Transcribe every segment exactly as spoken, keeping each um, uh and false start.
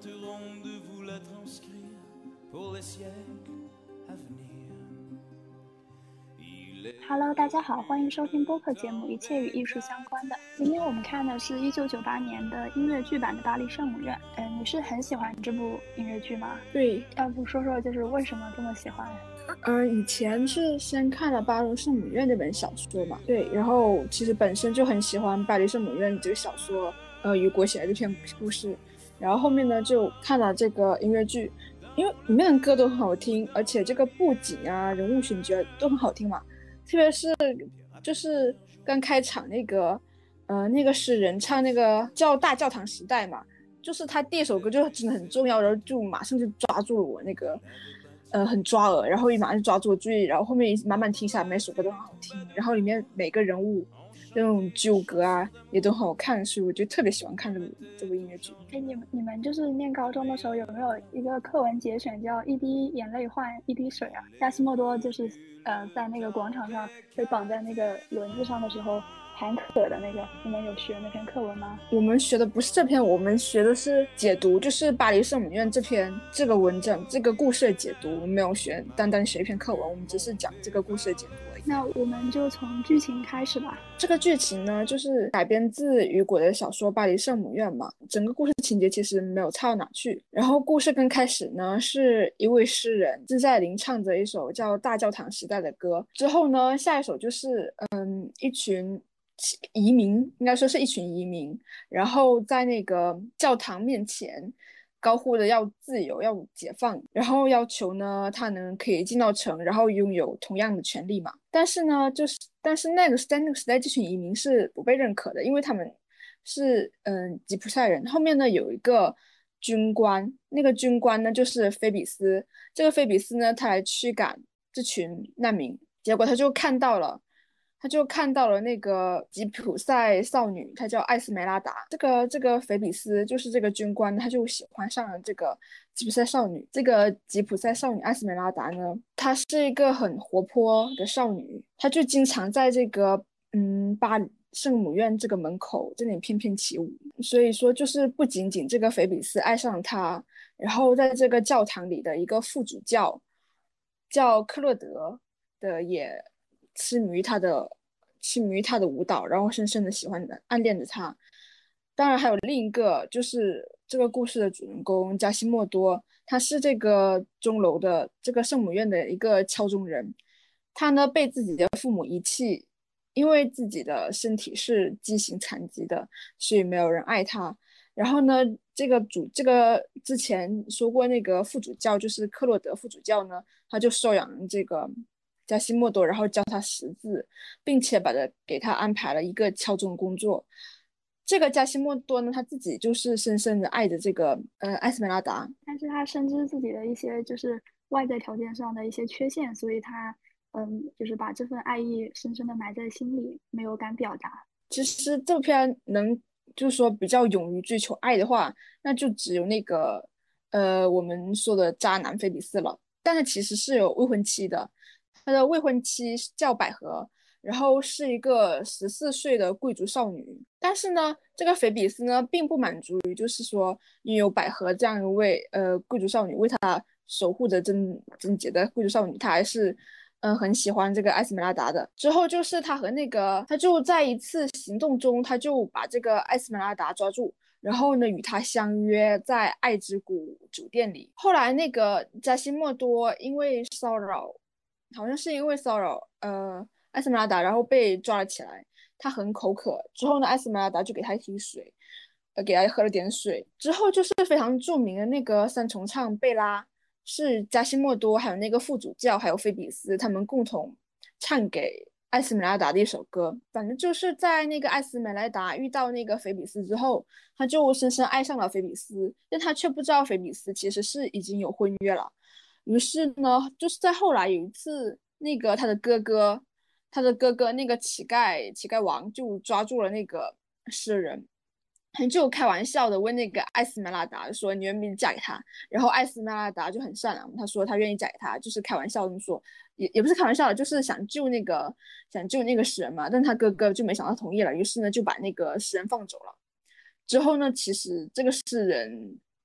tenteront de vous la transcrire pour les siècles à venir. Hello， 大家好，欢迎收听播客节目《一切与艺术相关的》。今天我们看的是一九九八年的音乐剧版的《巴黎圣母院》。嗯，你是很喜欢这部音乐剧吗？ 对， 要不说说就是为什么这么喜欢？ 呃，以前是先看了《巴黎圣母院》那本小说嘛，对，然后其实本身就很喜欢《巴黎圣母院》这个小说，呃，雨果写的这篇故事，然后后面呢就看了这个音乐剧，因为里面的歌都很好听，而且这个布景啊、人物选角都很好听嘛，特别是就是刚开场那个，呃，那个诗人唱那个叫《大教堂时代》嘛，就是他第一首歌就真的很重要，然后就马上就抓住了我那个。呃，很抓耳，然后一马上就抓住我注意，然后后面慢慢听下来，每首歌都很好听，然后里面每个人物那种纠葛啊也都很好看，所以我就特别喜欢看这部这部音乐剧。 哎，你们你们就是念高中的时候有没有一个课文节选叫一滴眼泪换一滴水啊？加西莫多就是呃在那个广场上被绑在那个轮子上的时候喊渴的那个，你们有学那篇课文吗？ 我们学的不是这篇，我们学的是解读，就是巴黎圣母院这篇这个文章这个故事的解读，我们没有学单单学一篇课文，我们只是讲这个故事的解读而已。 那我们就从剧情开始吧。 这个剧情呢，就是改编自雨果的小说《巴黎圣母院》嘛，整个故事情节其实没有差到哪去。然后故事刚开始呢，是一位诗人自在吟唱着一首叫《大教堂时代》的歌，之后呢，下一首就是嗯一群移民，应该说是一群移民，然后在那个教堂面前高呼着要自由要解放，然后要求呢他能可以进到城，然后拥有同样的权利嘛。但是呢就是但是那个时代那个时代这群移民是不被认可的，因为他们是嗯吉普赛人。后面呢有一个军官，那个军官呢就是菲比斯，这个菲比斯呢他来驱赶这群难民，结果他就看到了他就看到了那个吉普赛少女，她叫艾斯梅拉达。这个这个菲比斯就是这个军官，他就喜欢上了这个吉普赛少女。这个吉普赛少女艾斯梅拉达呢，她是一个很活泼的少女，她就经常在这个嗯巴黎圣母院这个门口这里翩翩起舞。所以说，就是不仅仅这个菲比斯爱上她，然后在这个教堂里的一个副主教叫克洛德的也。痴迷于他的痴迷于他的舞蹈，然后深深的喜欢的暗恋着他。当然还有另一个就是这个故事的主人公加西莫多，他是这个钟楼的这个圣母院的一个敲钟人。他呢被自己的父母遗弃，因为自己的身体是畸形残疾的，所以没有人爱他。然后呢，这个主这个之前说过那个副主教就是克洛德副主教呢，他就收养这个加西莫多，然后教他识字，并且把他给他安排了一个敲钟工作。这个加西莫多呢，他自己就是深深的爱着这个呃艾斯梅拉达， 但是他深知自己的一些就是外在条件上的一些缺陷，所以他嗯就是把这份爱意深深的埋在心里，没有敢表达。 其实这篇能就是说比较勇于追求爱的话，那就只有那个呃我们说的渣男菲比斯了。但是其实是有未婚妻的，他的未婚妻叫百合，然后是一个十四岁的贵族少女。但是呢，这个菲比斯呢，并不满足于就是说拥有百合这样一位呃贵族少女为他守护着贞贞洁的贵族少女，他还是嗯、呃很喜欢这个艾斯梅拉达的。之后就是他和那个他就在一次行动中，他就把这个艾斯梅拉达抓住。然后呢，与他相约在爱之谷酒店里。后来那个加西莫多因为骚扰，好像是因为骚扰呃艾斯梅拉达，然后被抓了起来。他很口渴，之后呢，艾斯梅拉达就给他一瓶水，呃，给他喝了点水。之后就是非常著名的那个三重唱贝拉，是加西莫多还有那个副主教还有菲比斯他们共同唱给艾斯梅拉达的一首歌。反正就是在那个艾斯梅拉达遇到那个菲比斯之后，他就深深爱上了菲比斯，但他却不知道菲比斯其实是已经有婚约了。于是呢，就是在后来有一次，那个他的哥哥，他的哥哥那个乞丐乞丐王就抓住了那个诗人，就开玩笑的问那个艾斯梅拉达说：“你愿不愿意嫁给他？”然后艾斯梅拉达就很善良，他说他愿意嫁给他，就是开玩笑这么说，也也不是开玩笑的，就是想救那个想救那个诗人嘛。但他哥哥就没想到同意了，于是呢就把那个诗人放走了。之后呢，其实这个诗人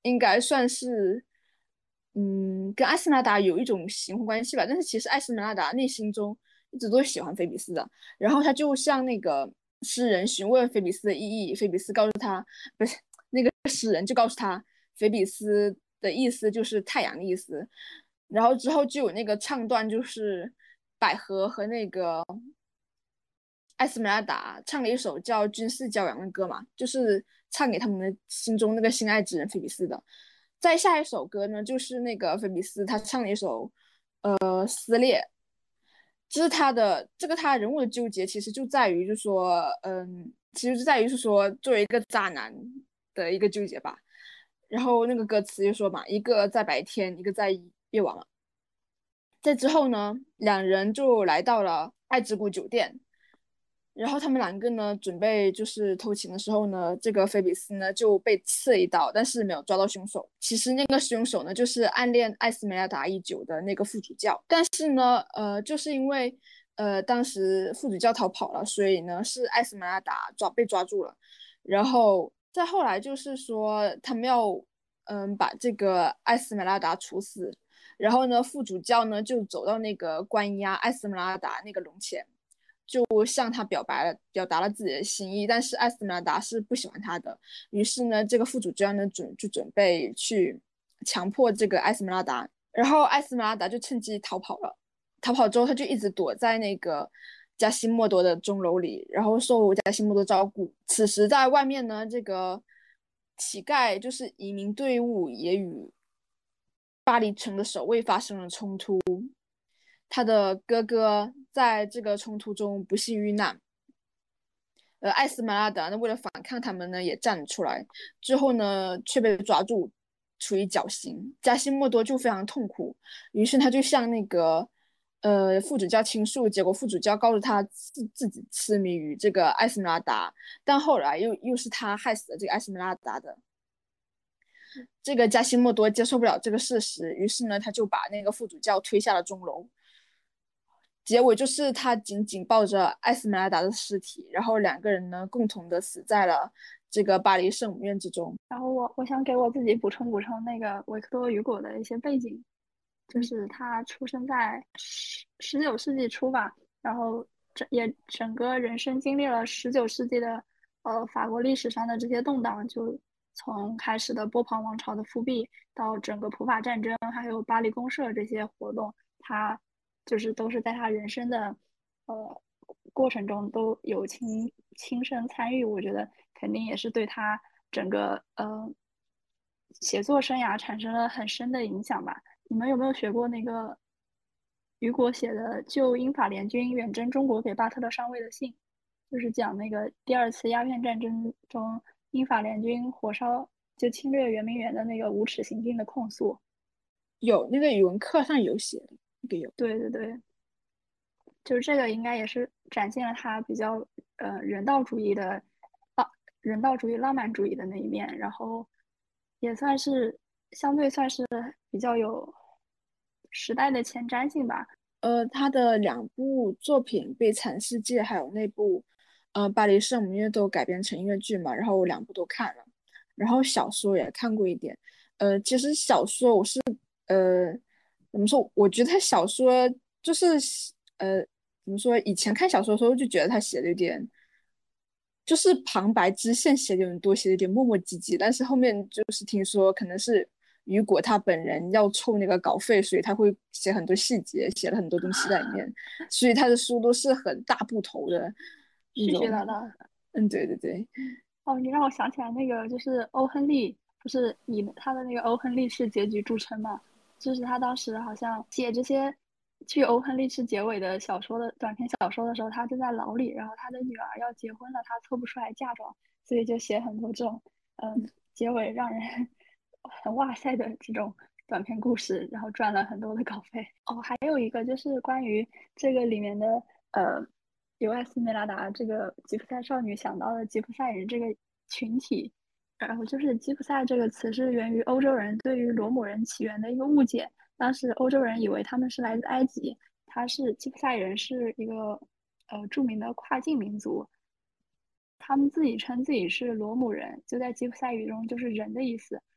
应该算是，嗯，跟艾斯梅拉达有一种形婚关系吧。但是其实艾斯梅拉达内心中一直都喜欢菲比斯的。然后他就向那个诗人询问菲比斯的意义，菲比斯告诉他，不是那个诗人就告诉他，菲比斯的意思就是太阳的意思。然后之后就有那个唱段，就是百合和那个艾斯梅拉达唱了一首叫《军事骄阳》的歌嘛，就是唱给他们的心中那个心爱之人菲比斯的。再下一首歌呢，就是那个菲比斯他唱了一首呃撕裂，就是他的这个他人物的纠结，其实就在于就是说，嗯，其实就在于是说作为一个渣男的一个纠结吧。然后那个歌词就说嘛，一个在白天，一个在夜晚嘛。在之后呢，两人就来到了爱之谷酒店，然后他们两个呢，准备就是偷情的时候呢，这个菲比斯呢就被刺了一刀，但是没有抓到凶手。其实那个凶手呢，就是暗恋艾斯梅拉达已久的那个副主教。但是呢，呃，就是因为呃当时副主教逃跑了，所以呢是艾斯梅拉达抓被抓住了。然后再后来就是说他们要嗯把这个艾斯梅拉达处死，然后呢副主教呢就走到那个关押艾斯梅拉达那个笼前。就向他表白了，表达了自己的心意，但是艾斯梅拉达是不喜欢他的。于是呢，这个副主教呢准就准备去强迫这个艾斯梅拉达，然后艾斯梅拉达就趁机逃跑了。逃跑之后，他就一直躲在那个加西莫多的钟楼里，然后受加西莫多照顾。此时在外面呢，这个乞丐就是移民队伍也与巴黎城的守卫发生了冲突。他的哥哥在这个冲突中不幸遇难，呃，艾斯梅拉德呢为了反抗他们呢也站了出来，之后呢却被抓住，处以绞刑。加西莫多就非常痛苦，于是他就向那个呃副主教倾诉，结果副主教告诉他自自己痴迷于这个艾斯梅拉达，但后来又又是他害死了这个艾斯梅拉达的。这个加西莫多接受不了这个事实，于是呢他就把那个副主教推下了钟楼。结尾就是他紧紧抱着艾斯梅拉达的尸体，然后两个人呢共同的死在了这个巴黎圣母院之中。 然后我我想给我自己补充补充那个维克多·雨果的一些背景，就是他出生在十十九世纪初吧，然后整也整个人生经历了十九世纪的呃法国历史上的这些动荡，就从开始的波旁王朝的复辟，到整个普法战争，还有巴黎公社这些活动，他就是都是在他人生的呃过程中都有亲亲身参与，我觉得肯定也是对他整个呃写作生涯产生了很深的影响吧。你们有没有学过那个雨果写的《旧英法联军远征中国给巴特勒上尉的信》，就是讲那个第二次鸦片战争中英法联军火烧就侵略圆明园的那个无耻行径的控诉。 有那个语文课上有写的，那个有。 对对对，就是这个应该也是展现了他比较呃人道主义的浪人道主义浪漫主义的那一面，然后也算是相对算是比较有时代的前瞻性吧。 呃，他的两部作品《悲惨世界》还有那部呃《巴黎圣母院》都改编成音乐剧嘛，然后我两部都看了，然后小说也看过一点。呃，其实小说我是呃怎么说？我觉得他小说就是呃怎么说？以前看小说的时候就觉得他写的有点。就是旁白支线写的有点多，写的有点磨磨唧唧，但是后面就是听说可能是雨果他本人要凑那个稿费，所以他会写很多细节，写了很多东西在里面，所以他的书都是很大部头的那絮絮种。 叨叨。 嗯，对对对。 哦，你让我想起来那个，就是欧亨利，不是以他的那个欧亨利式结局著称嘛？就是他当时好像写这些具欧亨利式结尾的小说的短篇小说的时候，他正在牢里，然后他的女儿要结婚了，他凑不出来嫁妆，所以就写很多这种嗯结尾让人很哇塞的这种短篇故事，然后赚了很多的稿费。哦，还有一个就是关于这个里面的呃。由艾斯梅拉达这个吉普赛少女想到的吉普赛人这个群体，然后就是吉普赛这个词是源于欧洲人对于罗姆人起源的一个误解。当时欧洲人以为他们是来自埃及，他是吉普赛人是一个呃著名的跨境民族，他们自己称自己是罗姆人，就在吉普赛语中就是人的意思。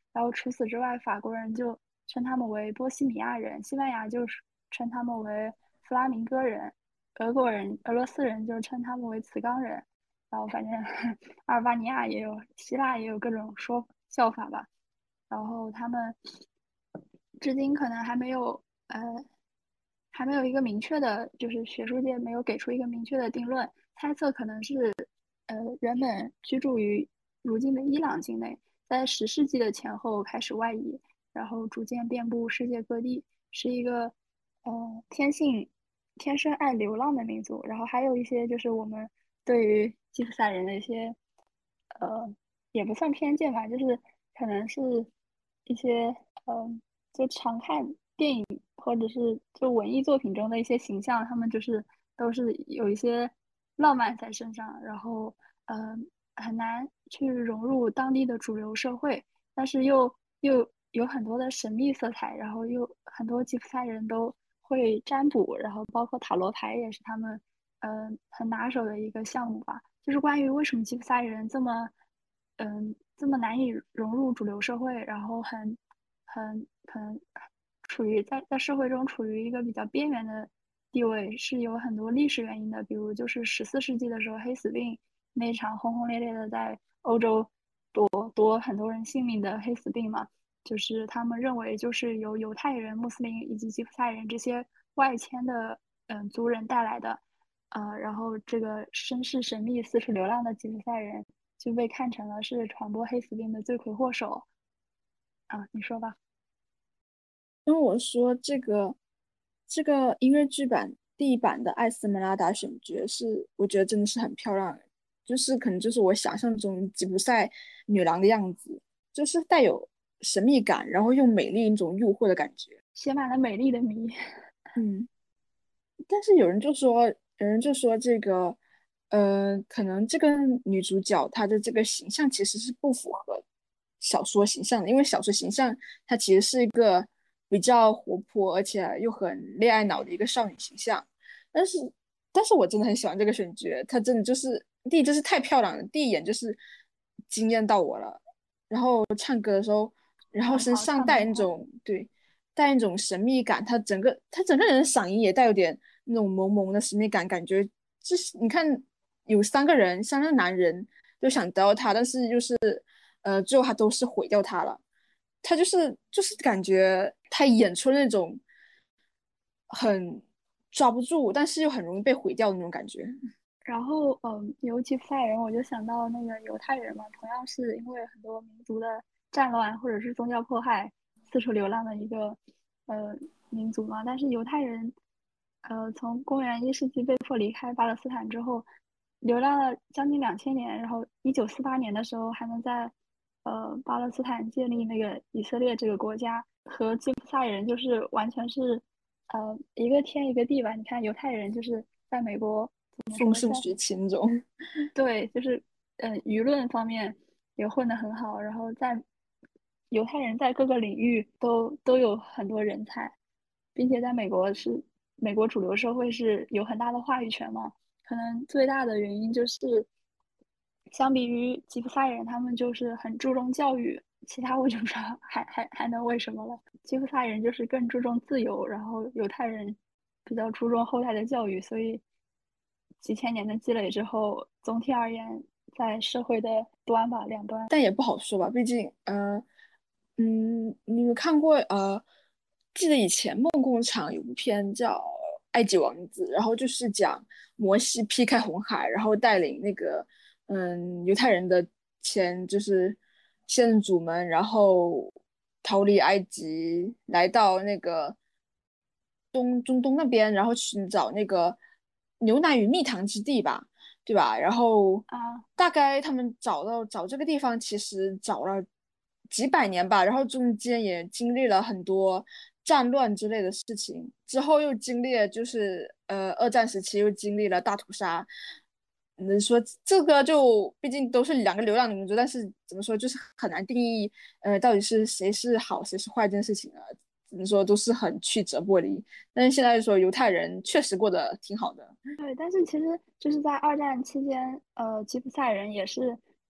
然后除此之外，法国人就称他们为波西米亚人，西班牙就是称他们为弗拉明戈人，俄国人、俄罗斯人就称他们为茨冈人，然后反正阿尔巴尼亚也有，希腊也有各种说叫法吧。然后他们至今可能还没有呃还没有一个明确的，就是学术界没有给出一个明确的定论，猜测可能是呃原本居住于如今的伊朗境内，在十世纪的前后开始外移，然后逐渐遍布世界各地，是一个呃天性天生爱流浪的民族。然后还有一些就是我们对于吉普赛人的一些呃也不算偏见吧，就是可能是一些嗯、就常看电影或者是就文艺作品中的一些形象，他们就是都是有一些浪漫在身上，然后嗯、很难去融入当地的主流社会，但是又又有很多的神秘色彩，然后又很多吉普赛人都会占卜，然后包括塔罗牌也是他们嗯、很拿手的一个项目吧。就是关于为什么吉普赛人这么嗯这么难以融入主流社会，然后很很可能处于在在社会中处于一个比较边缘的地位，是有很多历史原因的。比如就是十四世纪的时候，黑死病那场轰轰烈烈的在欧洲夺夺很多人性命的黑死病嘛，就是他们认为就是由犹太人、穆斯林以及吉普赛人这些外迁的嗯族人带来的。呃，然后这个身世神秘、四处流浪的吉普赛人就被看成了是传播黑死病的罪魁祸首。啊，你说吧。 因为我说这个这个音乐剧版第一版的艾斯梅拉达选角是，我觉得真的是很漂亮，就是可能就是我想象中吉普赛女郎的样子，就是带有神秘感，然后又美丽一种诱惑的感觉。 写满了美丽的谜。 嗯，但是有人就说，有人就说这个，呃，可能这个女主角她的这个形象其实是不符合小说形象的，因为小说形象她其实是一个比较活泼而且又很恋爱脑的一个少女形象。但是，但是我真的很喜欢这个选角，她真的就是第一就是太漂亮了，第一眼就是惊艳到我了。然后唱歌的时候，然后很好， 身上带那唱得很好。 种对。带一种神秘感，他整个他整个人的嗓音也带有点那种朦胧的神秘感，感觉就是你看有三个人，三个男人都想得到他，但是就是呃最后他都是毁掉他了。他就是就是感觉他演出那种很抓不住，但是又很容易被毁掉的那种感觉。 然后，嗯，由吉普赛人，我就想到那个犹太人嘛，同样是因为很多民族的战乱或者是宗教迫害，四处流浪的一个呃民族嘛。但是犹太人，呃，从公元一世纪被迫离开巴勒斯坦之后，流浪了将近两千年，然后一九四八年的时候还能在呃巴勒斯坦建立那个以色列这个国家，和吉普赛人就是完全是呃一个天一个地吧。你看犹太人就是在美国。怎么说，在风生水起那种。 对，就是呃，舆论方面也混得很好，然后在犹太人在各个领域都都有很多人才，并且在美国是美国主流社会是有很大的话语权嘛。可能最大的原因就是，相比于吉普赛人，他们就是很注重教育，其他我就不知道还还还能为什么了。吉普赛人就是更注重自由，然后犹太人比较注重后代的教育，所以几千年的积累之后，总体而言，在社会的端吧，两端。 但也不好说吧，毕竟，呃，嗯，你有看过呃，记得以前梦工厂有部片叫《埃及王子》，然后就是讲摩西劈开红海，然后带领那个嗯犹太人的前就是先祖们，然后逃离埃及，来到那个东中东那边，然后寻找那个牛奶与蜜糖之地吧。对吧？然后啊。 大概他们找到找这个地方，其实找了几百年吧，然后中间也经历了很多战乱之类的事情，之后又经历了就是呃二战时期又经历了大屠杀。能说这个就毕竟都是两个流浪的民族，但是怎么说就是很难定义呃到底是谁是好谁是坏这件事情啊，只能说都是很曲折不离。但是现在说犹太人确实过得挺好的。 对，但是其实就是在二战期间，呃，吉普赛人也是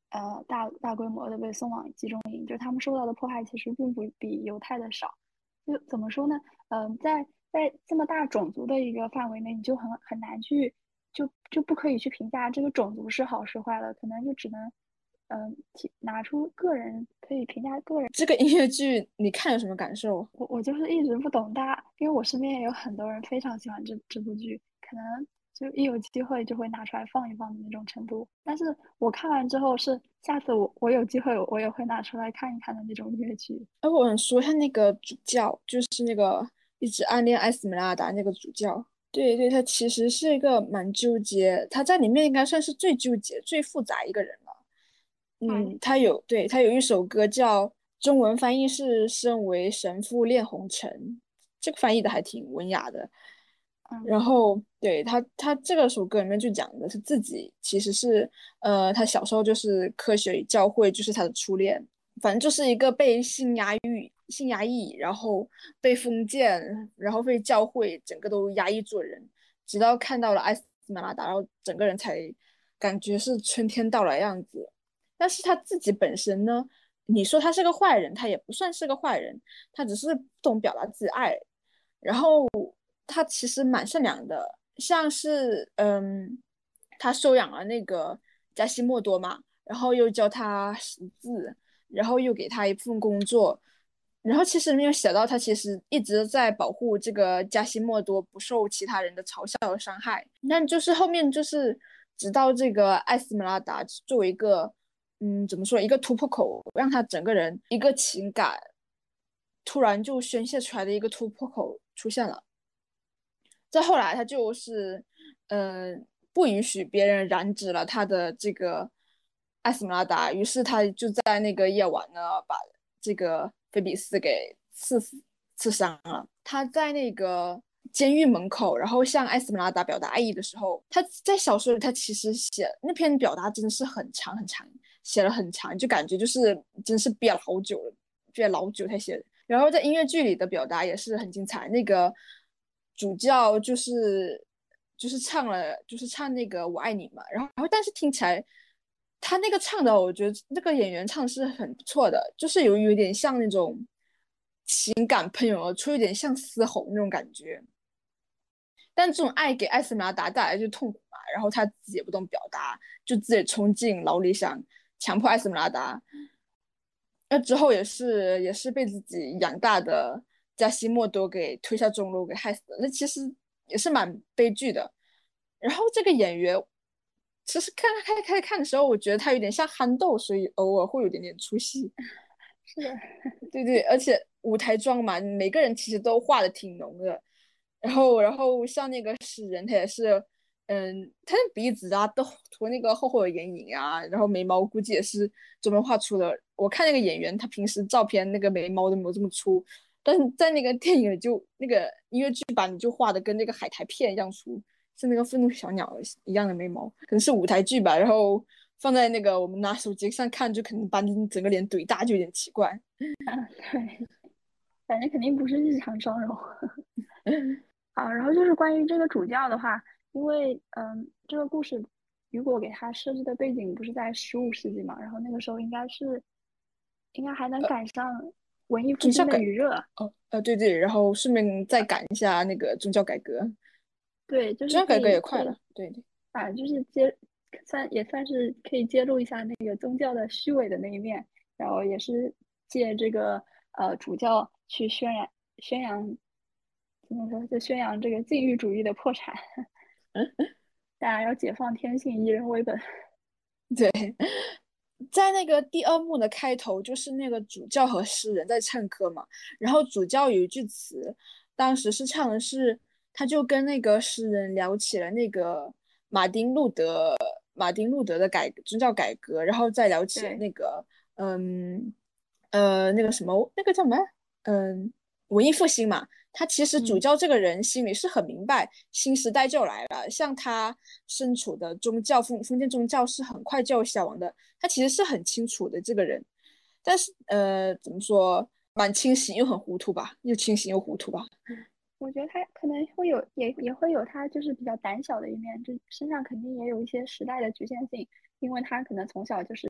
呃大大规模的被送往集中营，就他们受到的迫害其实并不比犹太的少。就怎么说呢？嗯、呃，在在这么大种族的一个范围内，你就很很难去就就不可以去评价这个种族是好是坏了，可能就只能嗯、呃拿出个人可以评价个人。 这个音乐剧你看有什么感受？ 我我就是一直不懂，大家因为我身边也有很多人非常喜欢这这部剧，可能就一有机会就会拿出来放一放的那种程度。但是我看完之后是下次我我有机会我也会拿出来看一看的那种音乐剧。 哎，我想说一下那个主教，就是那个一直暗恋艾斯梅拉达那个主教。对对，他其实是一个蛮纠结，他在里面应该算是最纠结、最复杂一个人了。 对， 嗯，他有，对，他有一首歌叫中文翻译是“身为神父恋红尘”，这个翻译的还挺文雅的。 嗯， 然后，对，他，他这个首歌里面就讲的是自己其实是，呃，他小时候就是科学与教会就是他的初恋，反正就是一个被性压抑、性压抑，然后被封建，然后被教会整个都压抑住的人，直到看到了艾斯马拉达，然后整个人才感觉是春天到来样子。但是他自己本身呢，你说他是个坏人，他也不算是个坏人，他只是不懂表达自己爱。然后他其实蛮善良的，像是嗯，他收养了那个加西莫多嘛，然后又教他识字，然后又给他一份工作，然后其实没有写到他其实一直在保护这个加西莫多不受其他人的嘲笑和伤害。但就是后面就是直到这个艾斯梅拉达作为一个嗯怎么说一个突破口，让他整个人一个情感突然就宣泄出来的一个突破口出现了。再后来，他就是呃不允许别人染指了他的这个艾斯梅拉达，于是他就在那个夜晚呢，把这个菲比斯给刺死、刺伤了。他在那个监狱门口，然后向艾斯梅拉达表达爱意的时候，他在小说里他其实写那篇表达真的是很长很长，写了很长，就感觉就是真是憋了好久了，憋了老久才写的。然后在音乐剧里的表达也是很精彩，那个主教就是就是唱了，就是唱那个我爱你嘛，然后然后但是听起来他那个唱的，我觉得那个演员唱是很不错的，就是有有点像那种情感喷涌而出，有点像嘶吼那种感觉。但这种爱给艾斯梅拉达带来就痛苦嘛，然后他自己也不懂表达，就自己冲进牢里想强迫艾斯梅拉达，那之后也是也是被自己养大的加西莫多给推下钟楼给害死的，那其实也是蛮悲剧的。然后这个演员，其实看开开看的时候，我觉得他有点像憨豆，所以偶尔会有点点出戏。 是的， 对对，而且舞台妆嘛，每个人其实都画的挺浓的。然后，然后像那个诗人，他也是，嗯，他的鼻子啊都涂那个厚厚的眼影啊，然后眉毛估计也是专门画出的。我看那个演员，他平时照片那个眉毛都没有这么粗，但是在那个电影里就那个音乐剧版你就画的跟那个海苔片一样粗，是那个愤怒小鸟一样的眉毛，可能是舞台剧吧。然后放在那个我们拿手机上看，就可能把你整个脸怼大，就有点奇怪。 对，反正肯定不是日常妆容。好，然后就是关于这个主教的话，因为嗯，这个故事雨果给他设置的背景不是在十五世纪嘛，然后那个时候应该是应该还能赶上文艺复兴的宗教改余热。 哦呃对对，然后顺便再赶一下那个宗教改革， 对，就是可宗教改革以可以也快了，对对。 啊，就是揭算也算是可以揭露一下那个宗教的虚伪的那一面，然后也是借这个呃主教去宣扬宣扬怎么说，就宣扬这个禁欲主义的破产，大家要解放天性，以人为本。 对，在那个第二幕的开头，就是那个主教和诗人在唱歌嘛，然后主教有一句词，当时是唱的是，他就跟那个诗人聊起了那个马丁路德马丁路德的改宗教改革，然后再聊起了对， 那个嗯呃那个什么那个叫什么嗯文艺复兴嘛，他其实主嗯。 教这个人心里是很明白新时代就来了，像他身处的宗教封封建宗教是很快就要消亡的，他其实是很清楚的这个人，但是呃怎么说，蛮清醒又很糊涂吧，又清醒又糊涂吧。 我觉得他可能会有，也也会有他就是比较胆小的一面，就身上肯定也有一些时代的局限性，因为他可能从小就是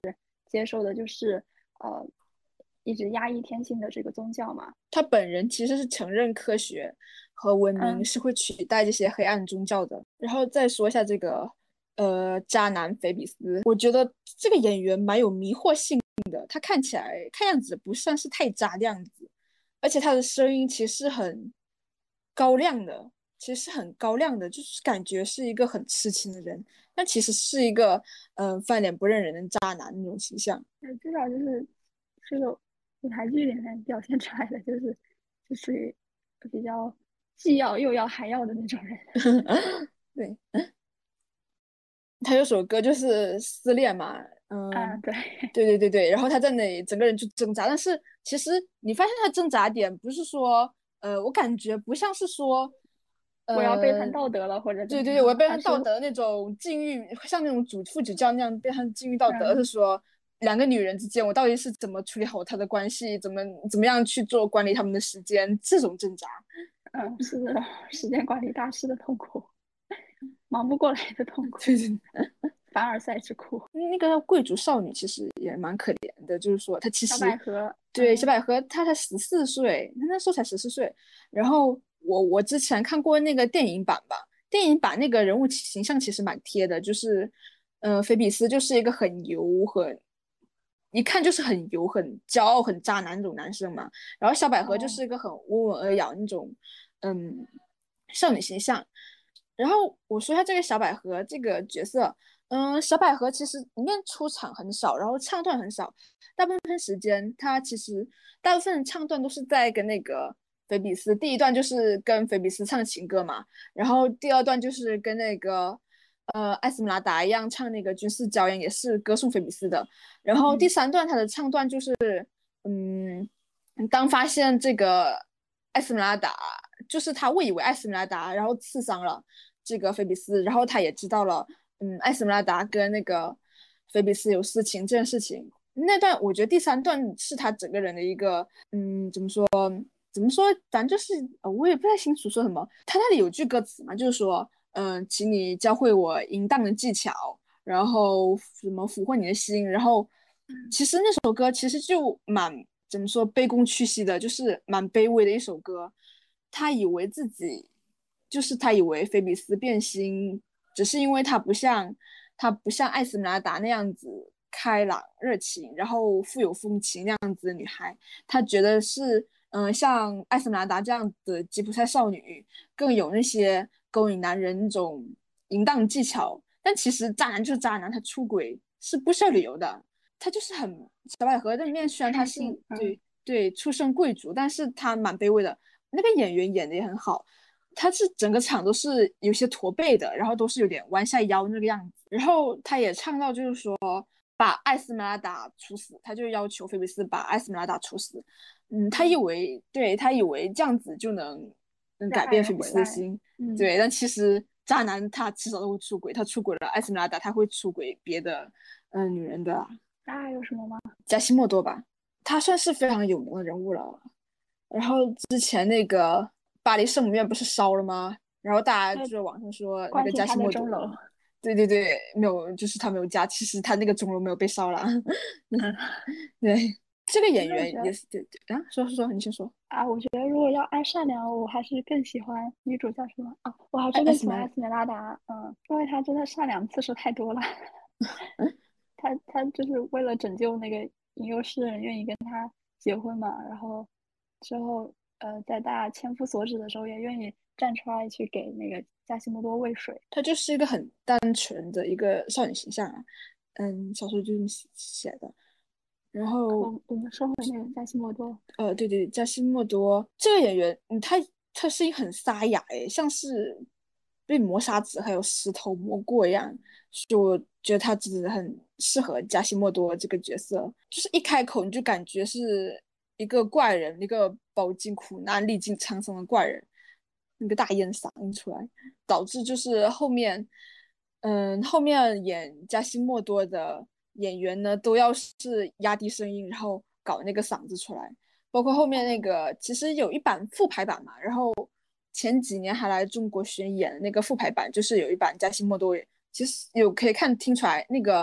接受的就是呃一直压抑天性的这个宗教嘛。 他本人其实是承认科学和文明嗯是会取代这些黑暗宗教的。然后再说一下这个呃渣男菲比斯，我觉得这个演员蛮有迷惑性的，他看起来看样子不像是太渣的样子，而且他的声音其实很高亮的，其实很高亮的，就是感觉是一个很痴情的人，但其实是一个嗯、呃翻脸不认人的渣男那种形象。 呃至少就是这个舞台剧里面表现出来的，就是就属于比较既要又要还要的那种人。 对，他有首歌就是失恋嘛， 啊， 嗯， 对。 对对对对，然后他在那里整个人就挣扎，但是其实你发现他挣扎点不是说，呃，我感觉不像是说， 我要背呃， 叛道德了或者怎对对对，我要么样， 背他是叛道德那种禁欲，像那种主妇主教那样背叛禁欲道德，而嗯是说两个女人之间，我到底是怎么处理好她的关系，怎么怎么样去做管理他们的时间，这种挣扎。 嗯是那种时间管理大师的痛苦，忙不过来的痛苦， 对对， 凡尔赛之苦。 那个贵族少女其实也蛮可怜的，就是说她其小实百合。 对小嗯百合她才十四岁，她那时候才十四岁。然后我我之前看过那个电影版吧，电影版那个人物形象其实蛮贴的，就是呃菲比斯就是一个很油很一看就是很油很骄傲很渣男那种男生嘛，然后小百合就哦是一个很温文尔雅那种嗯少女形象。然后我说一下这个小百合这个角色，嗯，小百合其实里面出场很少，然后唱段很少，大部分时间她其实大部分唱段都是在跟那个菲比斯，第一段就是跟菲比斯唱情歌嘛，然后第二段就是跟那个呃艾斯姆拉达一样唱那个军事骄阳，也是歌颂菲比斯的，然后第嗯三段她的唱段就是嗯，当发现这个艾斯姆拉达，就是他误以为艾斯姆拉达，然后刺伤了这个菲比斯，然后他也知道了，嗯，艾斯姆拉达跟那个菲比斯有私情这件事情。那段我觉得第三段是他整个人的一个，嗯，怎么说？怎么说？咱就是，呃我也不太清楚说什么。他那里有句歌词嘛，就是说，嗯、呃请你教会我淫荡的技巧，然后什么俘获你的心，然后嗯其实那首歌其实就蛮怎么说卑躬屈膝的，就是蛮卑微的一首歌。他以为自己就是他以为菲比斯变心，只是因为他不像他不像艾斯梅拉达那样子开朗热情，然后富有风情那样子的女孩，他觉得是嗯、呃像艾斯梅拉达这样的吉普赛少女更有那些勾引男人那种淫荡技巧。但其实渣男就是渣男，他出轨是不需要理由的。他就是很小百合的里面，虽然他是率性。嗯对对出身贵族，但是他蛮卑微的。那个演员演的也很好，他是整个场都是有些驼背的，然后都是有点弯下腰那个样子。然后他也唱到就是说把艾斯梅拉达处死，他就要求菲比斯把艾斯梅拉达处死。嗯，他以嗯， 为对他以为这样子就能能让爱改变菲比人回来。 斯的心， 嗯， 对，但其实渣男他迟早都会出轨，他出轨了艾斯梅拉达，他会出轨别的嗯、呃女人的。 那还有什么吗？ 加西莫多吧，他算是非常有名的人物了。然后之前那个巴黎圣母院不是烧了吗？然后大家还有就在网上说那个加关心他西莫多， 的钟楼。 对对对，没有，就是他没有加，其实他那个钟楼没有被烧了。 嗯， 对，这个其演实我觉得员也是对对啊，说说说，你先说。 啊，我觉得如果要爱善良，我还是更喜欢女主叫什么啊？我还艾是更喜欢艾艾斯梅， 斯梅拉达。嗯，因为她真的善良次数太多了。她她就是为了拯救那个吟游诗人，愿意跟他结婚嘛，然后之后呃，在大家千夫所指的时候，也愿意站出来去给那个加西莫多喂水。 她就是一个很单纯的一个少女形象啊，嗯，小说就这么写写的。然后我我们说回那个加西莫多。 呃，对对，加西莫多这个演员，嗯，他他声音很沙哑，诶，像是被磨砂纸还有石头磨过一样，所以我觉得他真的很适合加西莫多这个角色，就是一开口你就感觉是一个怪人，一个饱经苦难、历经沧桑的怪人，那个大烟嗓音出来，导致就是后面，嗯，后面演加西莫多的演员呢，都要是压低声音，然后搞那个嗓子出来。包括后面那哦， 个，其实有一版复排版嘛，然后前几年还来中国巡演的那个复排版，就是有一版加西莫多，其实有可以看听出来，那个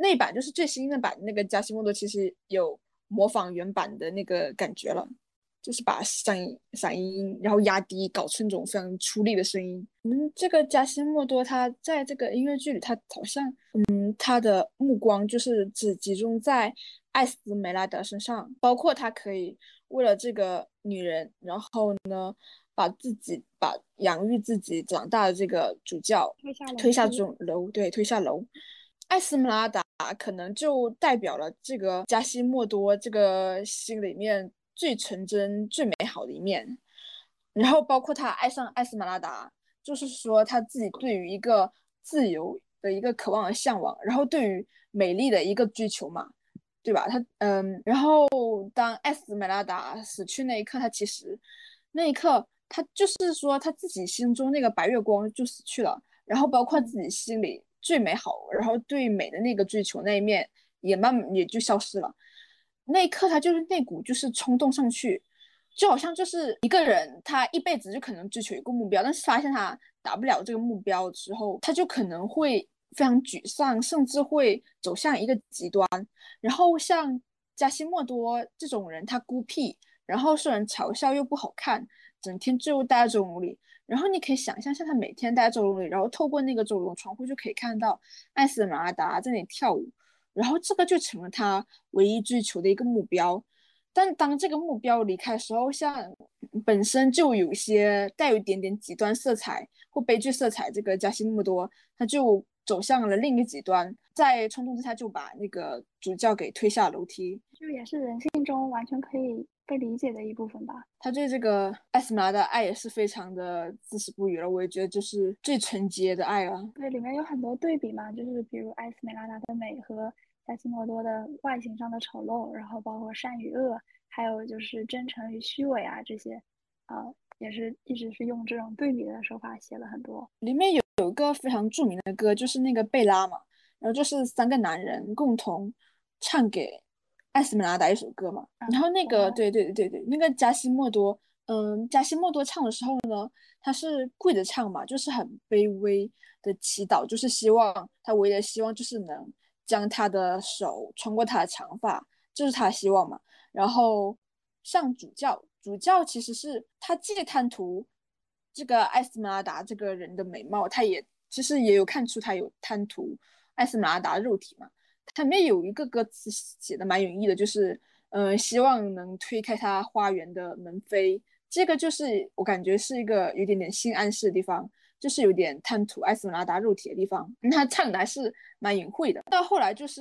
那版就是最新的版那个加西莫多其实有模仿原版的那个感觉了，就是把嗓音嗓音然后压低，搞出那种非常出力的声音。嗯，这个加西莫多他在这个音乐剧里，他好像嗯他的目光就是只集中在艾斯梅拉德身上，包括他可以为了这个女人，然后呢把自己把养育自己长大的这个主教推下楼推下这梯。 种楼，对，推下楼。艾斯梅拉达可能就代表了这个加西莫多这个心里面最纯真、最美好的一面。然后包括他爱上艾斯梅拉达，就是说他自己对于一个自由的一个渴望和向往，然后对于美丽的一个追求嘛，对吧？他嗯，然后当艾斯梅拉达死去那一刻，他其实那一刻他就是说他自己心中那个白月光就死去了。然后包括嗯， 自己心里最美好，然后对美的那个追求那一面也慢慢也就消失了。那一刻，他就是那股就是冲动上去，就好像就是一个人他一辈子就可能追求一个目标，但是发现他达不了这个目标之后，他就可能会非常沮丧，甚至会走向一个极端。然后像加西莫多这种人，他孤僻，然后受人嘲笑又不好看，整天就待在钟楼里。然后你可以想象，像他每天待在钟楼里，然后透过那个钟楼窗户就可以看到艾斯马拉达在那里跳舞，然后这个就成了他唯一追求的一个目标。但当这个目标离开的时候，像本身就有一些带有一点点极端色彩或悲剧色彩，这个加西莫多他就走向了另一个极端，在冲动之下就把那个主教给推下楼梯。 就也是人性中完全可以被理解的一部分吧。 他对这个艾斯玛的爱也是非常的至死不渝了，我也觉得就是最纯洁的爱了。 对，里面有很多对比嘛，就是比如艾斯梅拉达的美和加西莫多的外形上的丑陋，然后包括善与恶，还有就是真诚与虚伪啊这些，呃，也是一直是用这种对比的手法写了很多。 里面有有一个非常著名的歌，就是那个贝拉嘛，然后就是三个男人共同唱给艾斯梅拉达一首歌嘛。 嗯， 然后那个我对对对对，那个加西莫多，嗯，加西莫多唱的时候呢，他是跪着唱嘛，就是很卑微的祈祷，就是希望他唯一的希望就是能将他的手穿过他的长发，这是他的希望嘛。然后像主教，主教其实是他既贪图这个艾斯梅拉达这个人的美貌，他也其实也有看出他有贪图艾斯梅拉达的肉体嘛。他里面有一个歌词写的蛮有意义的，就是呃，希望能推开他花园的门扉。这个就是我感觉是一个有点点性暗示的地方，就是有点贪图艾斯梅拉达肉体的地方。嗯他唱的还是蛮隐晦的。到后来就是，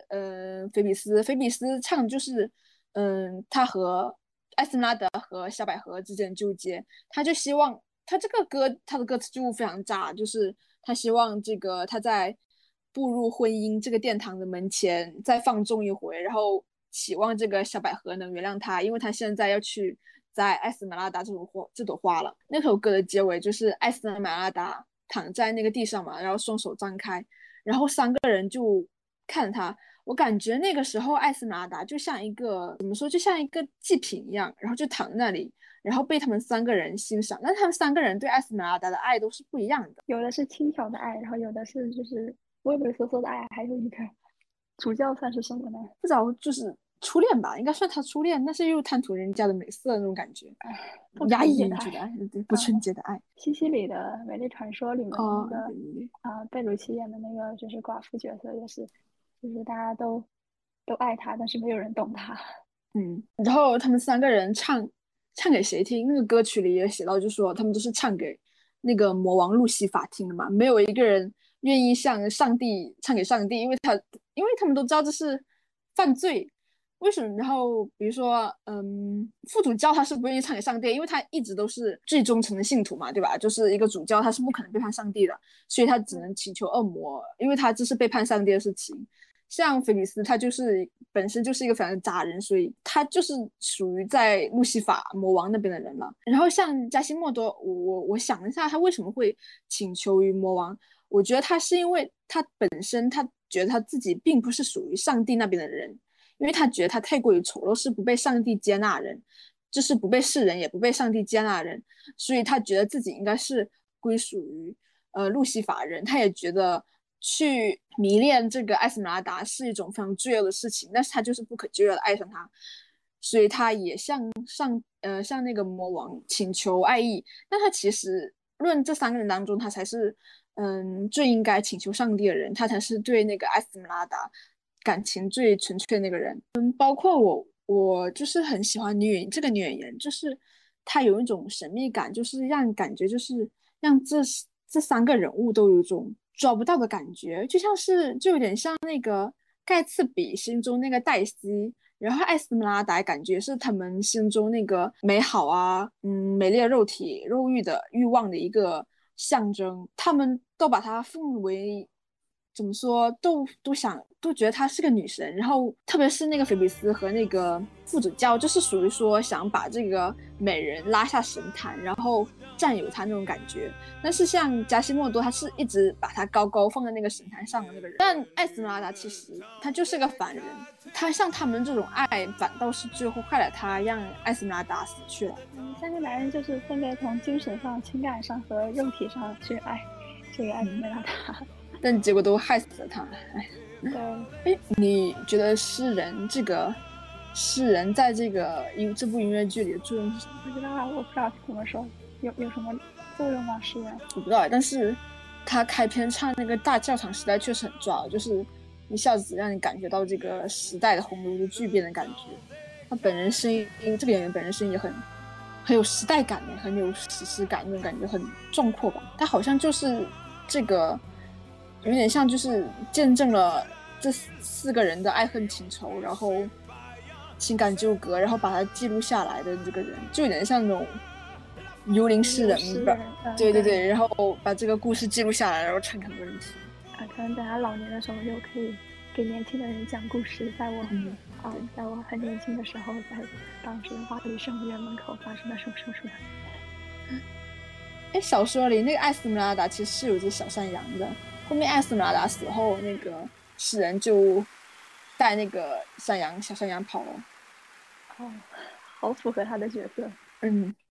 嗯、呃，菲比斯，菲比斯唱就是，嗯、呃，他和艾斯梅拉德和小百合之间的纠结，他就希望他这个歌，他的歌词就非常炸，就是他希望这个他在步入婚姻这个殿堂的门前再放纵一回，然后期望这个小百合能原谅他，因为他现在要去摘艾斯梅拉达这种花这朵花了。那首歌的结尾就是艾斯梅拉达躺在那个地上嘛，然后双手张开，然后三个人就看他。我感觉那个时候艾斯梅拉达就像一个怎么说，就像一个祭品一样，然后就躺在那里，然后被他们三个人欣赏。但他们三个人对艾斯梅拉达的爱都是不一样的。 有的是轻佻的爱，然后有的是就是畏畏缩缩的爱，还有一个主教算是什么呢？ 不知道就是初恋吧，应该算他初恋，但是又贪图人家的美色那种感觉， 不压抑纯洁的爱。 已久的爱，对，不纯嗯， 洁的爱。 西西里的《美丽传说》里面的那哦， 个对对对， 啊、呃贝鲁奇演的那个就是寡妇角色，也是，就是大家都都爱他，但是没有人懂他。 嗯，然后他们三个人唱唱给谁听？那个歌曲里也写到，就说他们都是唱给那个魔王路西法听的嘛，没有一个人愿意向上帝唱给上帝，因为他因为他们都知道这是犯罪。为什么？然后比如说，嗯，副主教他是不愿意唱给上帝，因为他一直都是最忠诚的信徒嘛，对吧？就是一个主教，他是不可能背叛上帝的，所以他只能祈求恶魔，因为他这是背叛上帝的事情。像菲比斯，他就是本身就是一个非常渣人，所以他就是属于在路西法魔王那边的人了。然后像加西莫多，我我我想了一下，他为什么会请求于魔王？我觉得他是因为他本身他觉得他自己并不是属于上帝那边的人，因为他觉得他太过于丑陋，是不被上帝接纳的人，就是不被世人也不被上帝接纳的人，所以他觉得自己应该是归属于呃路西法人，他也觉得去迷恋这个艾斯梅拉达是一种非常罪恶的事情，但是他就是不可救药的爱上他，所以他也向上呃向那个魔王请求爱意。但他其实论这三个人当中，他才是嗯最应该请求上帝的人，他才是对那个艾斯梅拉达感情最纯粹的那个人。嗯，包括我，我就是很喜欢女演这个女演员，就是她有一种神秘感，就是让感觉就是让这这三个人物都有一种抓不到的感觉，就像是就有点像那个盖茨比心中那个黛西，然后艾斯梅拉达感觉是他们心中那个美好啊，嗯，美丽的肉体、肉欲的欲望的一个象征，他们都把它奉为怎么说，都都想都觉得她是个女神，然后特别是那个菲比斯和那个副主教，就是属于说想把这个美人拉下神坛，然后占有她那种感觉。但是像加西莫多，他是一直把她高高放在那个神坛上的那个人，但艾斯梅拉达其实他就是个凡人，他像他们这种爱，反倒是最后害了他，让艾斯梅拉达死去了。 嗯，三个男人就是分别从精神上、情感上和肉体上去爱这个艾斯梅拉达。嗯， 但结果都害死了他。哎， 对， 哎，你觉得诗人这个诗人在这个音这部音乐剧里的作用是什么？ 不知道啊，我不知道怎么说，有有什么作用吗？诗人？ 我不知道，但是他开篇唱那个大教堂时代确实很抓，就是一下子让你感觉到这个时代的洪流的巨变的感觉。他本人声音，这个演员本人声音也很很有时代感的，很有史诗感，那种感觉很壮阔吧。他好像就是这个。有点像就是见证了这四个人的爱恨情仇，然后情感纠葛，然后把它记录下来的这个人，就有点像那种幽灵诗人吧。对对对，然后把这个故事记录下来，然后传给很多人听。 啊，可能等他老年的时候，就可以给年轻的人讲故事。在我，嗯，啊，在我很年轻的时候，在当时巴黎圣母院门口发生了什么什么什么。 哎，小说里那个艾斯梅拉达其实是有只小山羊的。后面艾斯梅拉达死后，那个诗人就带那个山羊小山羊跑了。 哦，好符合他的角色。 嗯。